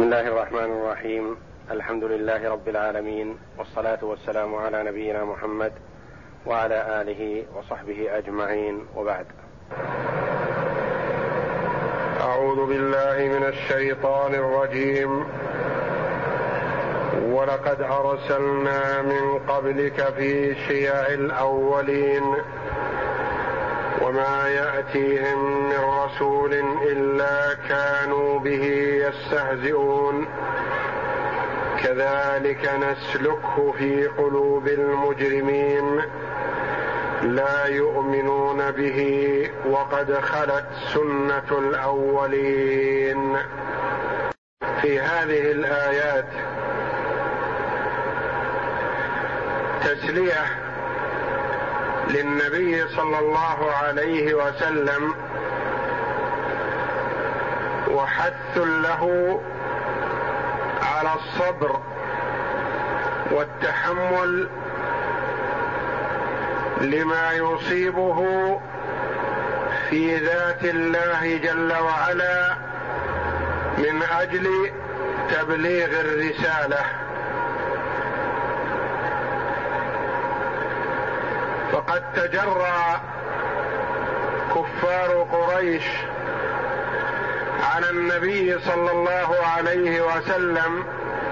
بسم الله الرحمن الرحيم. الحمد لله رب العالمين، والصلاة والسلام على نبينا محمد وعلى آله وصحبه أجمعين، وبعد. أعوذ بالله من الشيطان الرجيم. ولقد أرسلنا من قبلك في شيع الأولين وما يأتيهم من رسول إلا كانوا به يستهزئون كذلك نسلكه في قلوب المجرمين لا يؤمنون به وقد خلت سنة الأولين. في هذه الآيات تسلية للنبي صلى الله عليه وسلم وحث له على الصبر والتحمل لما يصيبه في ذات الله جل وعلا من أجل تبليغ الرسالة. فقد تجرأ كفار قريش على النبي صلى الله عليه وسلم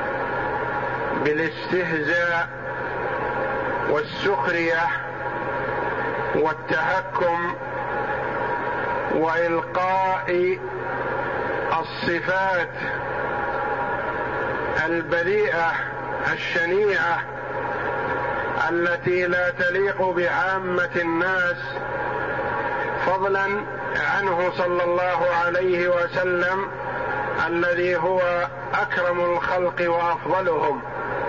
بالاستهزاء والسخرية والتهكم وإلقاء الصفات البذيئة الشنيعة التي لا تليق بعامة الناس، فضلا عنه صلى الله عليه وسلم الذي هو أكرم الخلق وأفضلهم.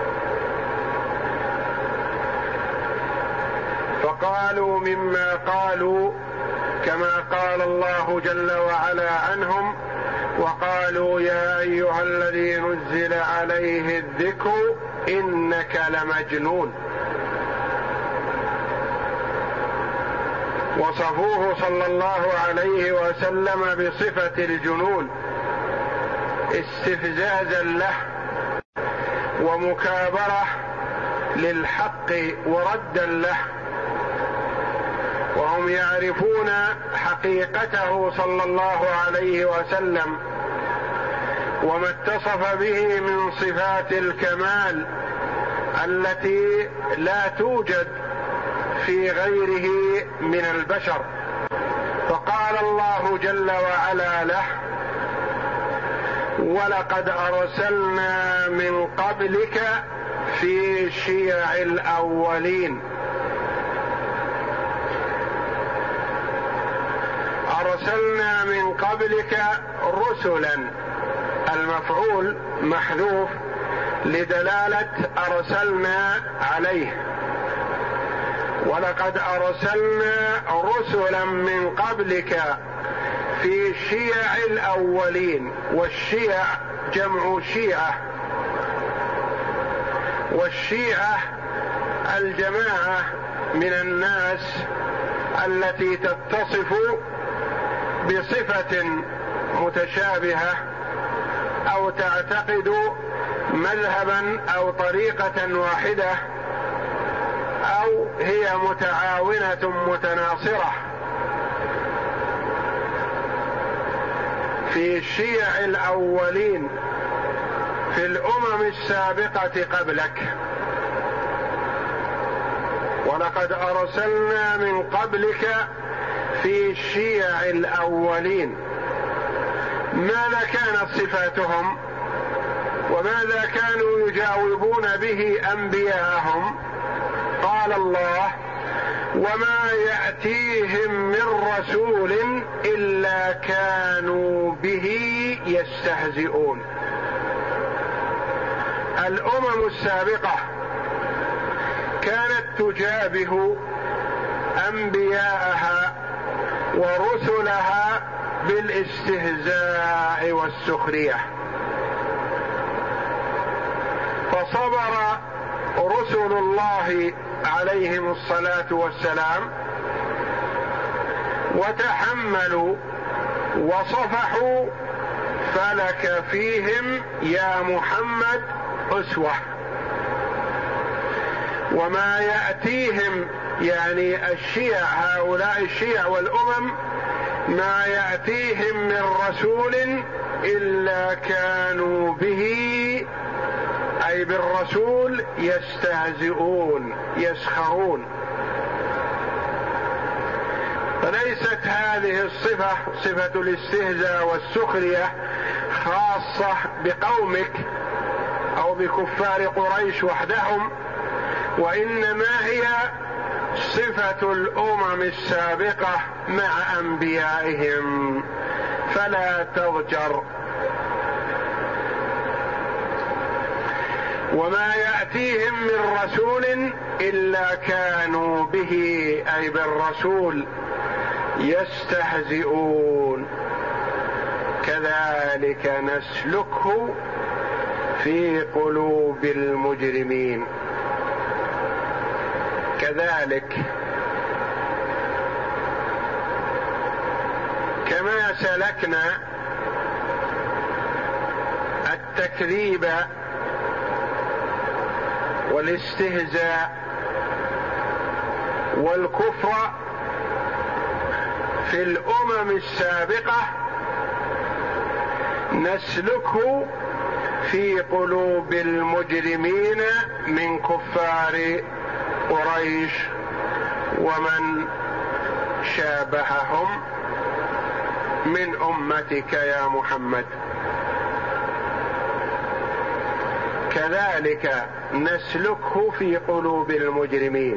فقالوا مما قالوا كما قال الله جل وعلا عنهم: وقالوا يا أيها الذي نزل عليه الذكر إنك لمجنون. وصفوه صلى الله عليه وسلم بصفة الجنون استفزازا له ومكابرة للحق وردا له، وهم يعرفون حقيقته صلى الله عليه وسلم وما اتصف به من صفات الكمال التي لا توجد في غيره من البشر. فقال الله جل وعلا له: ولقد أرسلنا من قبلك في شيع الأولين. أرسلنا من قبلك رسلا، المفعول محذوف لدلالة أرسلنا عليه. ولقد أرسلنا رسلا من قبلك في شيع الأولين، والشيع جمع شيعة، والشيعة الجماعة من الناس التي تتصف بصفة متشابهة أو تعتقد مذهبا أو طريقة واحدة، أو هي متعاونة متناصرة. في الشيع الأولين في الأمم السابقة قبلك. ولقد أرسلنا من قبلك في الشيع الأولين. ماذا كانت صفاتهم وماذا كانوا يجاوبون به أنبياءهم؟ قال الله: وما يأتيهم من رسول إلا كانوا به يستهزئون. الأمم السابقة كانت تجابه أنبياءها ورسلها بالاستهزاء والسخرية، فصبر رسل الله عليهم الصلاة والسلام وتحملوا وصفحوا فلك فيهم يا محمد أسوة. وما يأتيهم يعني الشيع، هؤلاء الشيع والأمم، ما يأتيهم من رسول إلا كانوا به أي بالرسول يستهزئون يسخرون. فليست هذه الصفة، صفة الاستهزاء والسخرية، خاصة بقومك أو بكفار قريش وحدهم، وإنما هي صفة الأمم السابقة مع أنبيائهم، فلا تضجر. وما يأتيهم من رسول إلا كانوا به أي بالرسول يستهزئون. كذلك نسلكه في قلوب المجرمين. كذلك كما سلكنا التكذيب والاستهزاء والكفر في الأمم السابقة، نسلكه في قلوب المجرمين من كفار قريش ومن شابههم من أمتك يا محمد. كذلك نسلكه في قلوب المجرمين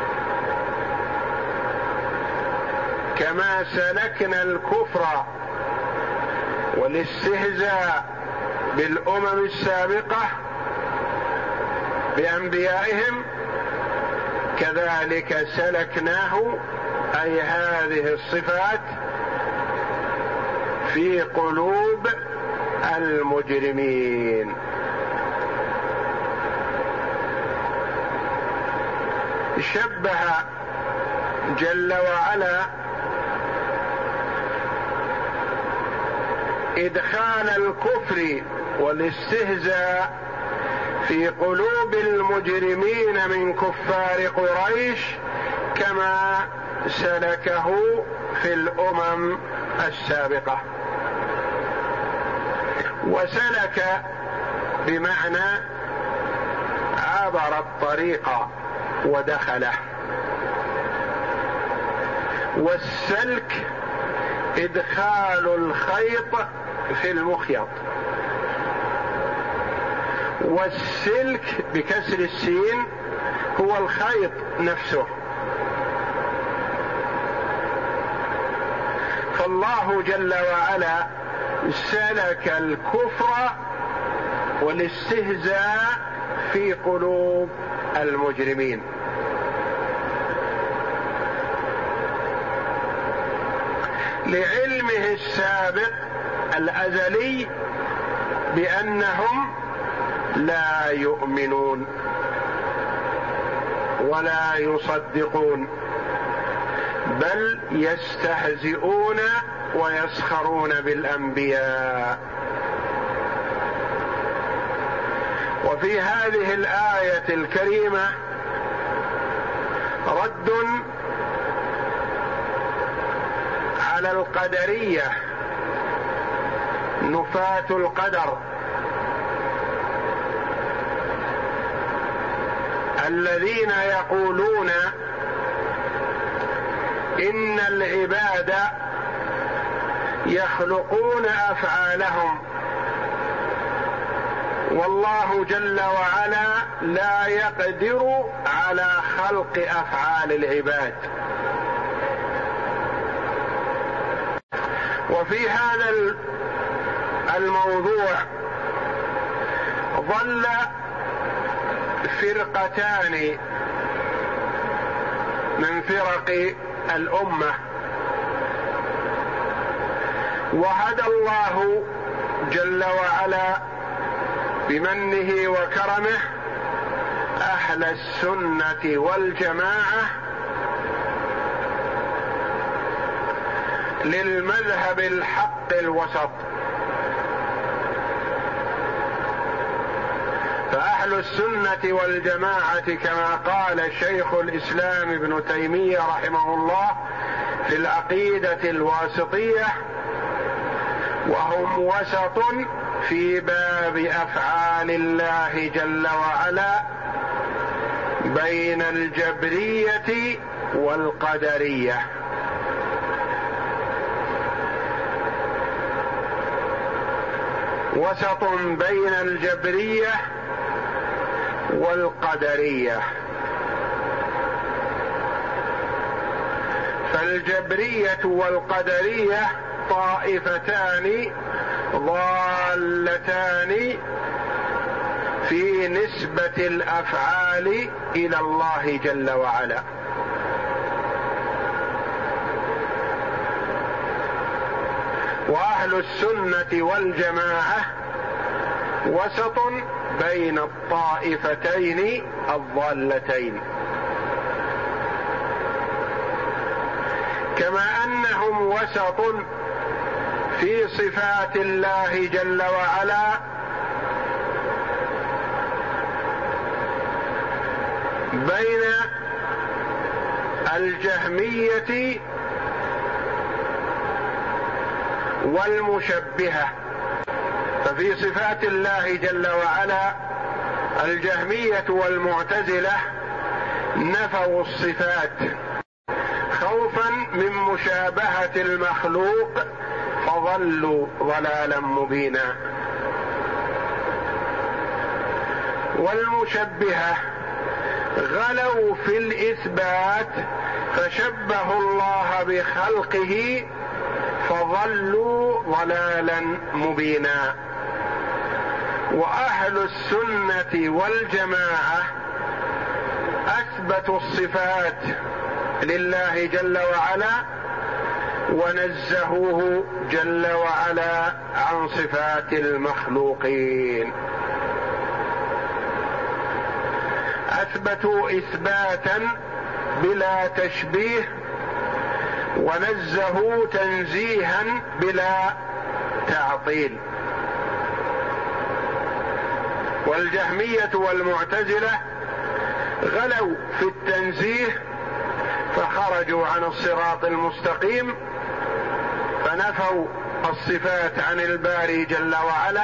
كما سلكنا الكفر والاستهزاء بالأمم السابقة بأنبيائهم، كذلك سلكناه أي هذه الصفات في قلوب المجرمين. شبه جل وعلا إدخال الكفر والاستهزاء في قلوب المجرمين من كفار قريش كما سلكه في الأمم السابقة. وسلك بمعنى عبر الطريق ودخله، والسلك إدخال الخيط في المخيط، والسلك بكسر السين هو الخيط نفسه. فالله جل وعلا سلك الكفر والاستهزاء في قلوب المجرمين، لعلمه السابق الأزلي بأنهم لا يؤمنون ولا يصدقون، بل يستهزئون ويسخرون بالأنبياء. وفي هذه الآية الكريمة رد على القدرية نفاة القدر الذين يقولون إن العباد يخلقون أفعالهم والله جل وعلا لا يقدر على خلق أفعال العباد. وفي هذا الموضوع ظل فرقتان من فرق الأمة، وهدى الله جل وعلا بمنه وكرمه أهل السنة والجماعة للمذهب الحق الوسط، فأهل السنة والجماعة كما قال شيخ الإسلام ابن تيمية رحمه الله في العقيدة الواسطية: وهم وسط في باب أفعال الله جل وعلا بين الجبرية والقدرية. وسط بين الجبرية والقدرية. فالجبرية والقدرية طائفتان ضالتان في نسبة الأفعال إلى الله جل وعلا. وأهل السنة والجماعة وسط بين الطائفتين الضالتين، كما أنهم وسط في صفات الله جل وعلا بين الجهمية والمشبهة. ففي صفات الله جل وعلا الجهمية والمعتزلة نفوا الصفات خوفا من مشابهة المخلوق فضلوا ضلالا مبينا، والمشبهة غلوا في الإثبات فشبهوا الله بخلقه فضلوا ضلالا مبينا. وأهل السنة والجماعة أثبتوا الصفات لله جل وعلا ونزهوه جل وعلا عن صفات المخلوقين. أثبتوا إثباتا بلا تشبيه ونزهوا تنزيها بلا تعطيل. والجهمية والمعتزلة غلوا في التنزيه فخرجوا عن الصراط المستقيم فنفوا الصفات عن الباري جل وعلا.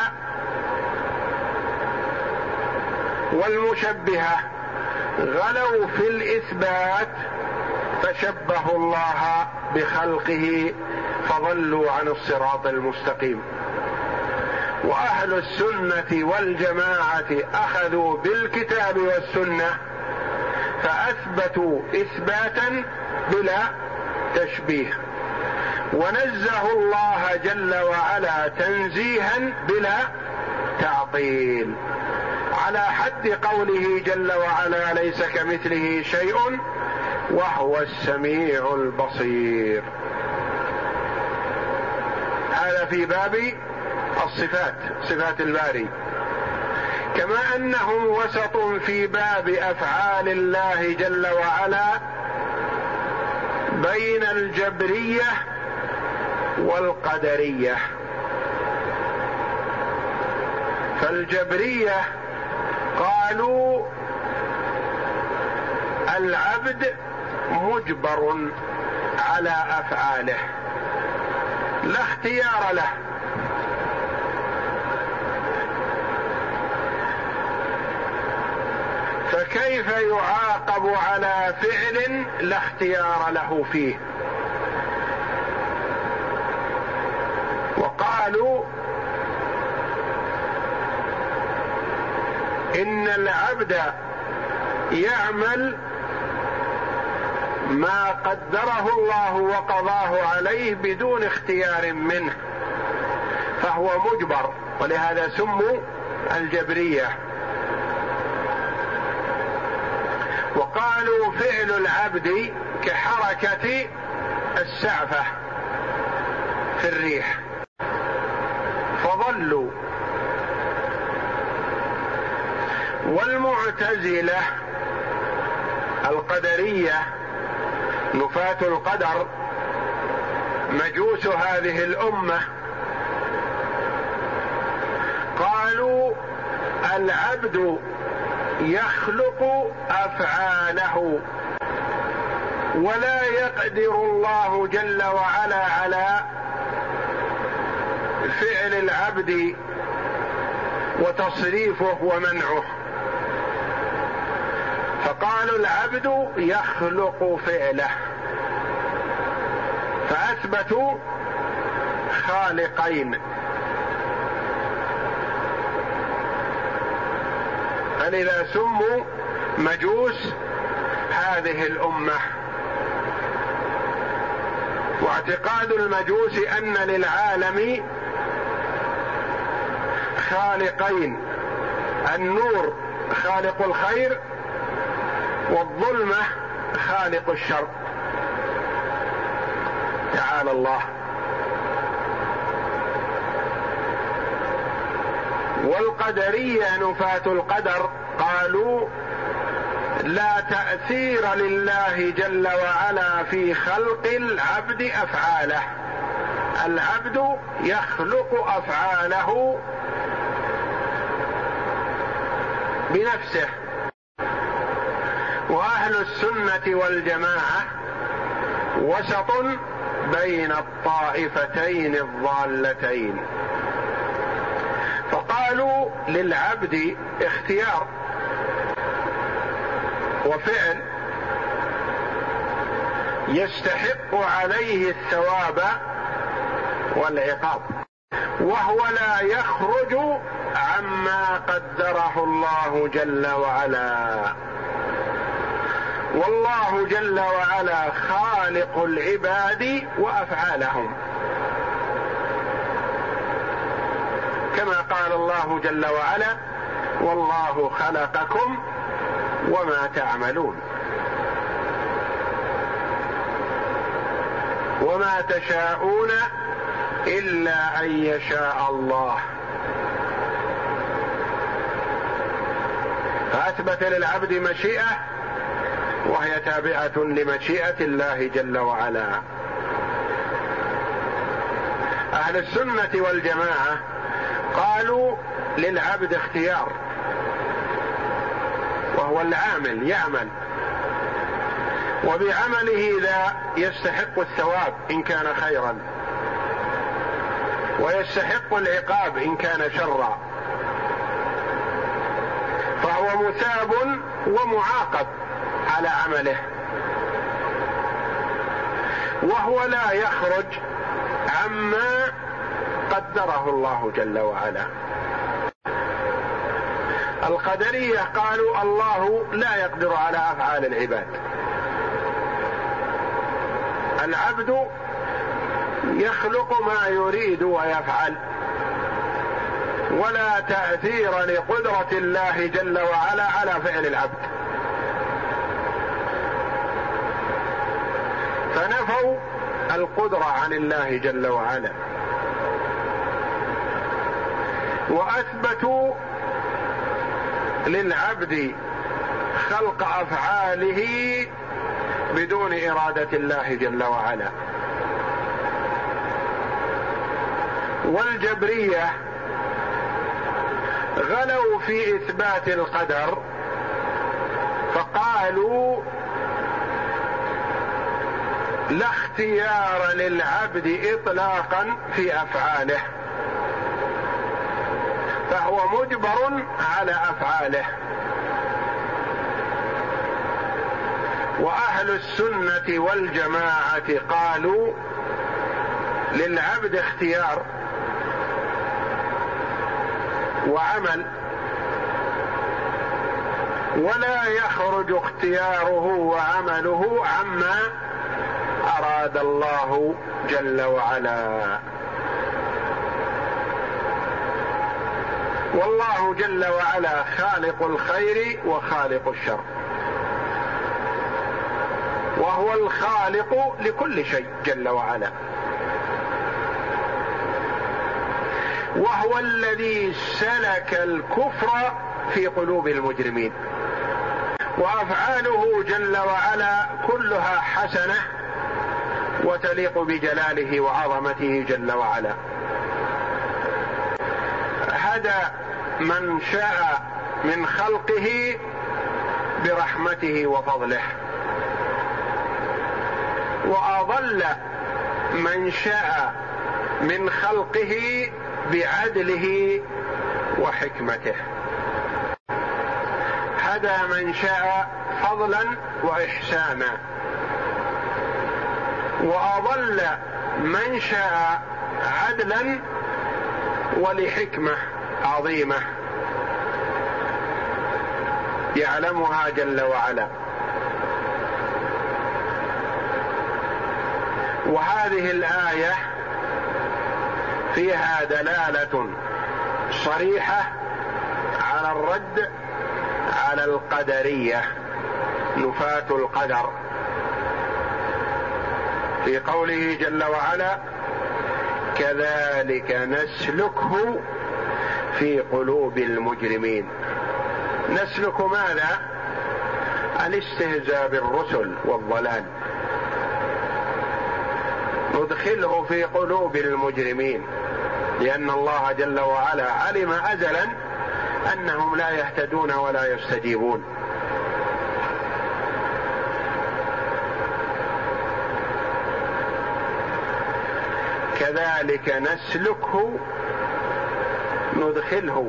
والمشبهة غلوا في الإثبات فشبهوا الله بخلقه فضلوا عن الصراط المستقيم. وأهل السنة والجماعة أخذوا بالكتاب والسنة فأثبتوا إثباتا بلا تشبيه ونزهوا الله جل وعلا تنزيها بلا تعطيل، على حد قوله جل وعلا: ليس كمثله شيء وهو السميع البصير. هذا في باب الصفات، صفات الباري. كما أنهم وسط في باب أفعال الله جل وعلا بين الجبرية والقدرية. فالجبرية قالوا العبد مجبر على أفعاله لا اختيار له، فكيف يعاقب على فعل لا اختيار له فيه؟ وقالوا إن العبد يعمل ما قدره الله وقضاه عليه بدون اختيار منه فهو مجبر، ولهذا سموا الجبرية. وقالوا فعل العبد كحركة السعفة في الريح فضلوا. والمعتزلة القدرية نفاة القدر مجوس هذه الأمة قالوا العبد يخلق أفعاله، ولا يقدر الله جل وعلا على فعل العبد وتصريفه ومنعه، فقالوا العبد يخلق فعله، فأثبتوا خالقين. فلذا سموا مجوس هذه الأمة. واعتقاد المجوس أن للعالم خالقين، النور خالق الخير، والظلمة خالق الشر، تعالى الله. والقدرية نفاة القدر قالوا لا تأثير لله جل وعلا في خلق العبد أفعاله، العبد يخلق أفعاله بنفسه. وأهل السنة والجماعة وسط بين الطائفتين الضالتين، فقالوا للعبد اختيار وفعل يستحق عليه الثواب والعقاب، وهو لا يخرج عما قدره الله جل وعلا. والله جل وعلا خالق العباد وأفعالهم، كما قال الله جل وعلا: والله خلقكم وما تعملون وما تشاءون إلا أن يشاء الله. فأثبت للعبد مشيئة وهي تابعة لمشيئة الله جل وعلا. أهل السنة والجماعة قالوا للعبد اختيار، وهو العامل يعمل، وبعمله ذا يستحق الثواب إن كان خيرا، ويستحق العقاب إن كان شرا، فهو مثاب ومعاقب على عمله، وهو لا يخرج عما قدره الله جل وعلا. القدرية قالوا الله لا يقدر على أفعال العباد، العبد يخلق ما يريد ويفعل، ولا تأثير لقدرة الله جل وعلا على فعل العبد، فنفوا القدرة عن الله جل وعلا، وأثبتوا للعبد خلق أفعاله بدون إرادة الله جل وعلا. والجبرية غلوا في إثبات القدر، فقالوا لا اختيار للعبد إطلاقا في أفعاله، فهو مجبر على أفعاله. وأهل السنة والجماعة قالوا للعبد اختيار وعمل، ولا يخرج اختياره وعمله عما أراد الله جل وعلا. والله جل وعلا خالق الخير وخالق الشر، وهو الخالق لكل شيء جل وعلا، وهو الذي سلك الكفر في قلوب المجرمين، وأفعاله جل وعلا كلها حسنة وتليق بجلاله وعظمته جل وعلا. هدى من شاء من خلقه برحمته وفضله، وأضل من شاء من خلقه بعدله وحكمته. هدى من شاء فضلا وإحسانا، وأضل من شاء عدلا ولحكمة عظيمة يعلمها جل وعلا. وهذه الآية فيها دلالة صريحة على الرد على القدرية نفاة القدر، في قوله جل وعلا: كذلك نسلكه في قلوب المجرمين. نسلك ماذا؟ الاستهزاء بالرسل والضلال، ندخله في قلوب المجرمين، لأن الله جل وعلا علم أزلا أنهم لا يهتدون ولا يستجيبون. كذلك نسلكه، ندخله.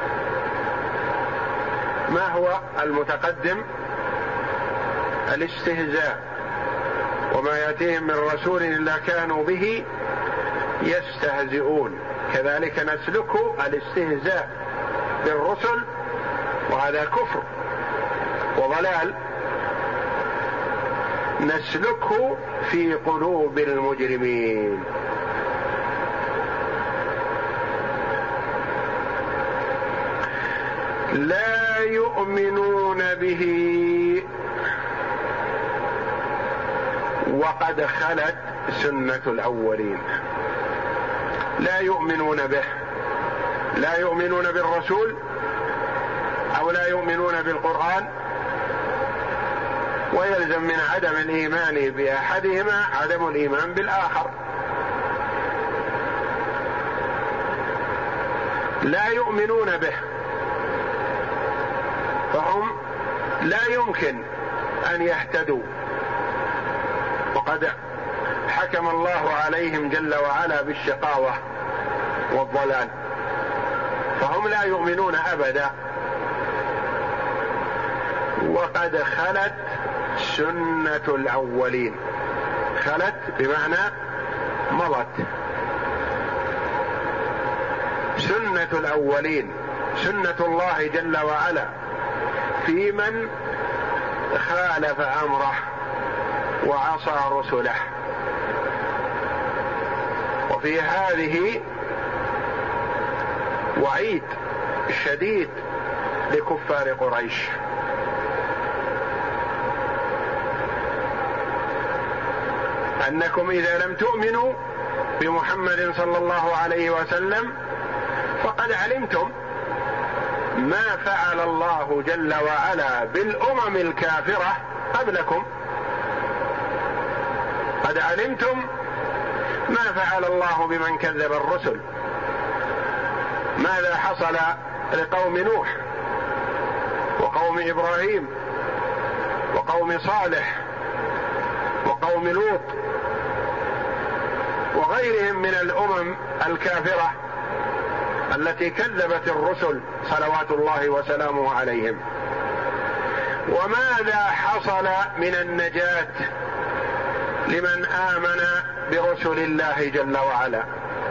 ما هو المتقدم؟ الاستهزاء، وما يأتيهم من رسول إلا كانوا به يستهزئون. كذلك نسلكه الاستهزاء بالرسل، وهذا كفر وضلال. نسلكه في قلوب المجرمين. لا يؤمنون به وقد خلت سنة الأولين. لا يؤمنون به، لا يؤمنون بالرسول أو لا يؤمنون بالقرآن، ويلزم من عدم الإيمان بأحدهما عدم الإيمان بالآخر. لا يؤمنون به، فهم لا يمكن أن يهتدوا، وقد حكم الله عليهم جل وعلا بالشقاوة والضلال، فهم لا يؤمنون أبدا. وقد خلت سنة الأولين. خلت بمعنى مضت. سنة الأولين، سنة الله جل وعلا في من خالف أمره وعصى رسله. وفي هذه وعيد شديد لكفار قريش، أنكم إذا لم تؤمنوا بمحمد صلى الله عليه وسلم فقد علمتم ما فعل الله جل وعلا بالأمم الكافرة قبلكم. قد علمتم ما فعل الله بمن كذب الرسل. ماذا حصل لقوم نوح وقوم إبراهيم وقوم صالح وقوم لوط وغيرهم من الأمم الكافرة التي كذبت الرسل صلوات الله وسلامه عليهم؟ وماذا حصل من النجاة لمن آمن برسل الله جل وعلا؟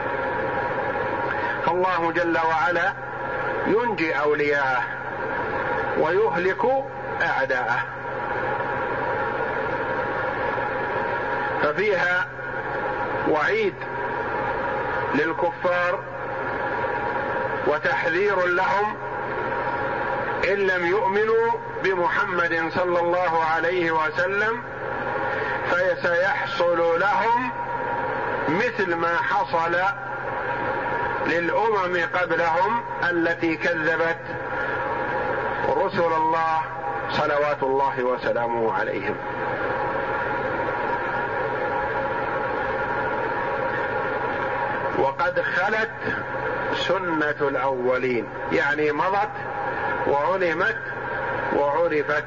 فالله جل وعلا ينجي أولياءه ويهلك أعداءه. ففيها وعيد للكفار وتحذير لهم إن لم يؤمنوا بمحمد صلى الله عليه وسلم فسيحصل لهم مثل ما حصل للأمم قبلهم التي كذبت رسل الله صلوات الله وسلامه عليهم. وقد خلت سنة الأولين، يعني مضت وعلمت وعرفت.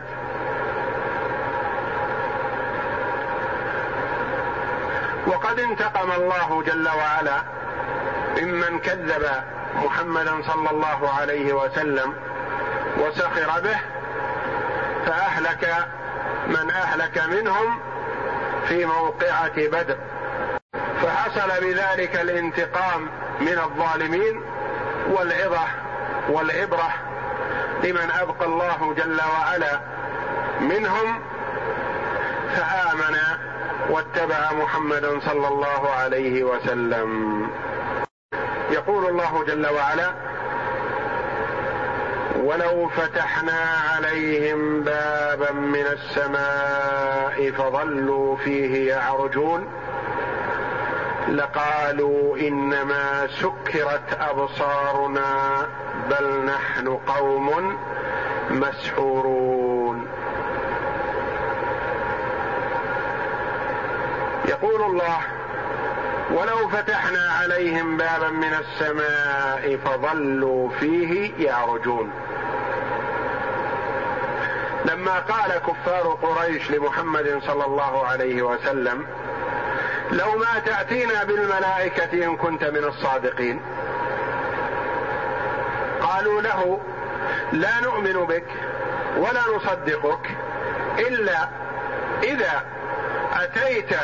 وقد انتقم الله جل وعلا ممن كذب محمدا صلى الله عليه وسلم وسخر به، فأهلك من أهلك منهم في موقعة بدر، فحصل بذلك الانتقام من الظالمين والعظة والعبرة لمن أبقى الله جل وعلا منهم فآمن واتبع محمدا صلى الله عليه وسلم. يقول الله جل وعلا: ولو فتحنا عليهم بابا من السماء فظلوا فيه يعرجون لقالوا إنما سكرت أبصارنا بل نحن قوم مسحورون. يقول الله: ولو فتحنا عليهم بابا من السماء فظلوا فيه يعرجون. لما قال كفار قريش لمحمد صلى الله عليه وسلم: لو ما تأتينا بالملائكة إن كنت من الصادقين، قالوا له: لا نؤمن بك ولا نصدقك إلا إذا أتيت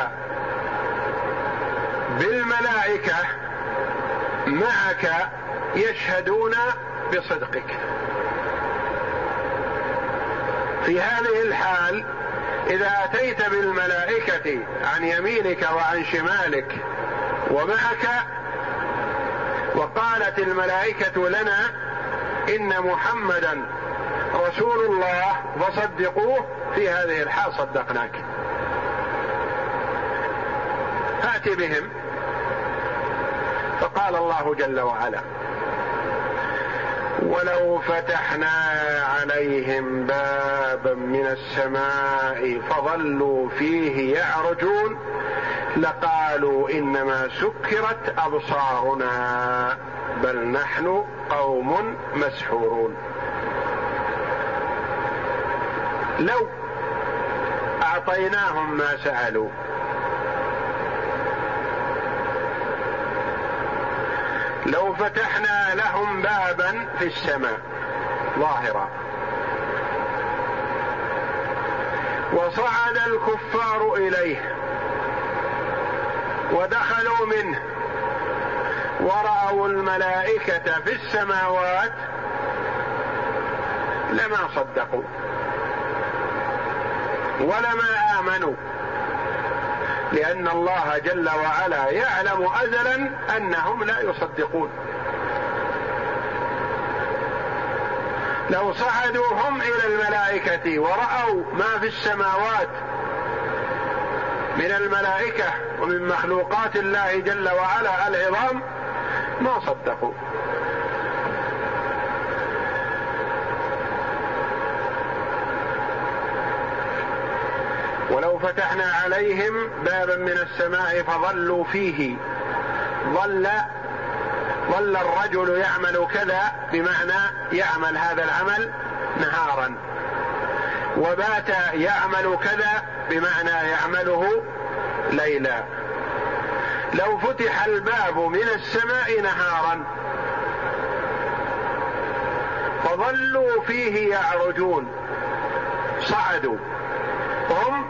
بالملائكة معك يشهدون بصدقك. في هذه الحال إذا أتيت بالملائكة عن يمينك وعن شمالك ومعك، وقالت الملائكة لنا إن محمدا رسول الله فصدقوه، في هذه الحال صدقناك. فأت بهم. فقال الله جل وعلا: ولو فتحنا عليهم بابا من السماء فظلوا فيه يعرجون لقالوا إنما سكرت أبصارنا بل نحن قوم مسحورون. لو أعطيناهم ما سألوا، لو فتحنا لهم بابا في السماء ظاهرا وصعد الكفار إليه ودخلوا منه ورأوا الملائكة في السماوات لما صدقوا ولما آمنوا، لأن الله جل وعلا يعلم أزلا أنهم لا يصدقون. لو صعدوا هم إلى الملائكة ورأوا ما في السماوات من الملائكة ومن مخلوقات الله جل وعلا العظام ما صدقوا. ولو فتحنا عليهم بابا من السماء فظلوا فيه، ظل الرجل يعمل كذا بمعنى يعمل هذا العمل نهارا، وبات يعمل كذا بمعنى يعمله ليلا. لو فتح الباب من السماء نهارا فظلوا فيه يعرجون، صعدوا هم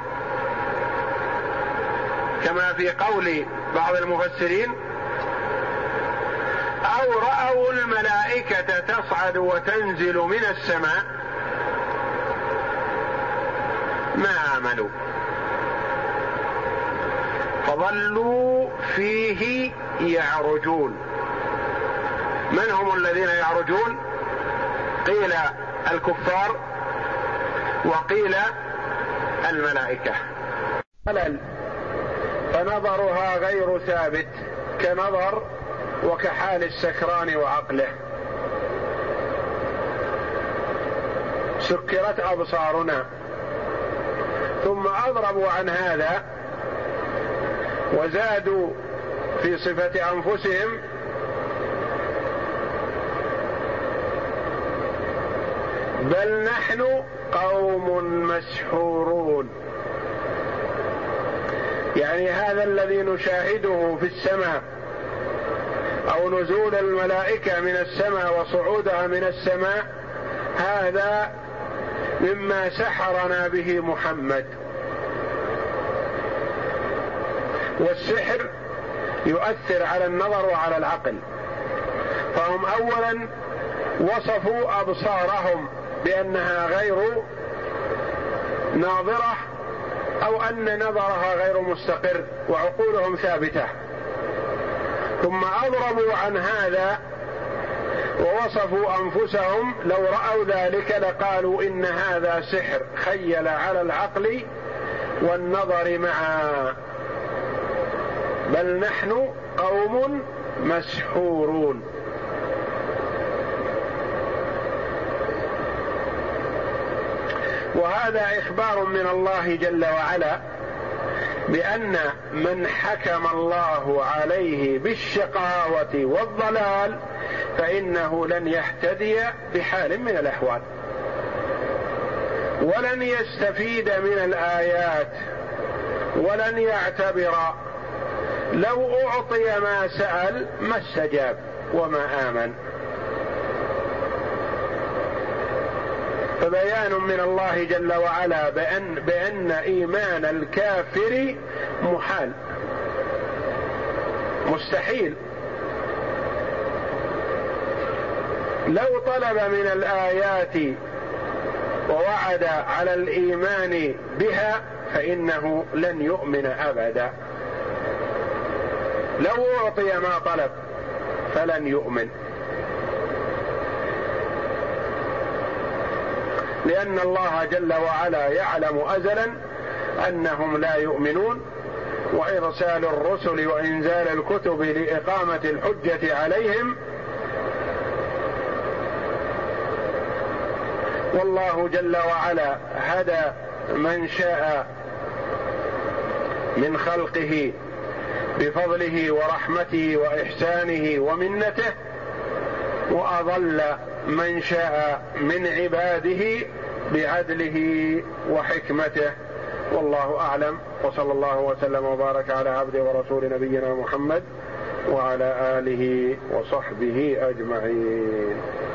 كما في قول بعض المفسرين أو رأوا الملائكة تصعد وتنزل من السماء ما آمنوا، فظلوا فيه يعرجون. من هم الذين يعرجون؟ قيل الكفار وقيل الملائكة. فنظرها غير ثابت كنظر وكحال السكران وعقله. سكرت أبصارنا، ثم أضربوا عن هذا وزادوا في صفة أنفسهم بل نحن قوم مسحورون. يعني هذا الذي نشاهده في السماء أو نزول الملائكة من السماء وصعودها من السماء، هذا مما سحرنا به محمد. والسحر يؤثر على النظر وعلى العقل، فهم أولا وصفوا أبصارهم بأنها غير ناظرة أو أن نظرها غير مستقر وعقولهم ثابتة، ثم أضربوا عن هذا ووصفوا أنفسهم لو رأوا ذلك لقالوا إن هذا سحر خيل على العقل والنظر معا. بل نحن قوم مسحورون. وهذا إخبار من الله جل وعلا بأن من حكم الله عليه بالشقاوة والضلال فإنه لن يهتدي بحال من الأحوال، ولن يستفيد من الآيات، ولن يعتبر. لو أعطي ما سأل ما استجاب وما آمن. فبيان من الله جل وعلا بأن إيمان الكافر محال مستحيل. لو طلب من الآيات ووعد على الإيمان بها فإنه لن يؤمن أبدا. لو أعطي ما طلب فلن يؤمن، لأن الله جل وعلا يعلم أزلا أنهم لا يؤمنون، وإرسال الرسل وإنزال الكتب لإقامة الحجة عليهم. والله جل وعلا هدى من شاء من خلقه بفضله ورحمته وإحسانه ومنته، وأضل من شاء من عباده بعدله وحكمته. والله أعلم، وصلى الله وسلم وبارك على عبده ورسول نبينا محمد وعلى آله وصحبه أجمعين.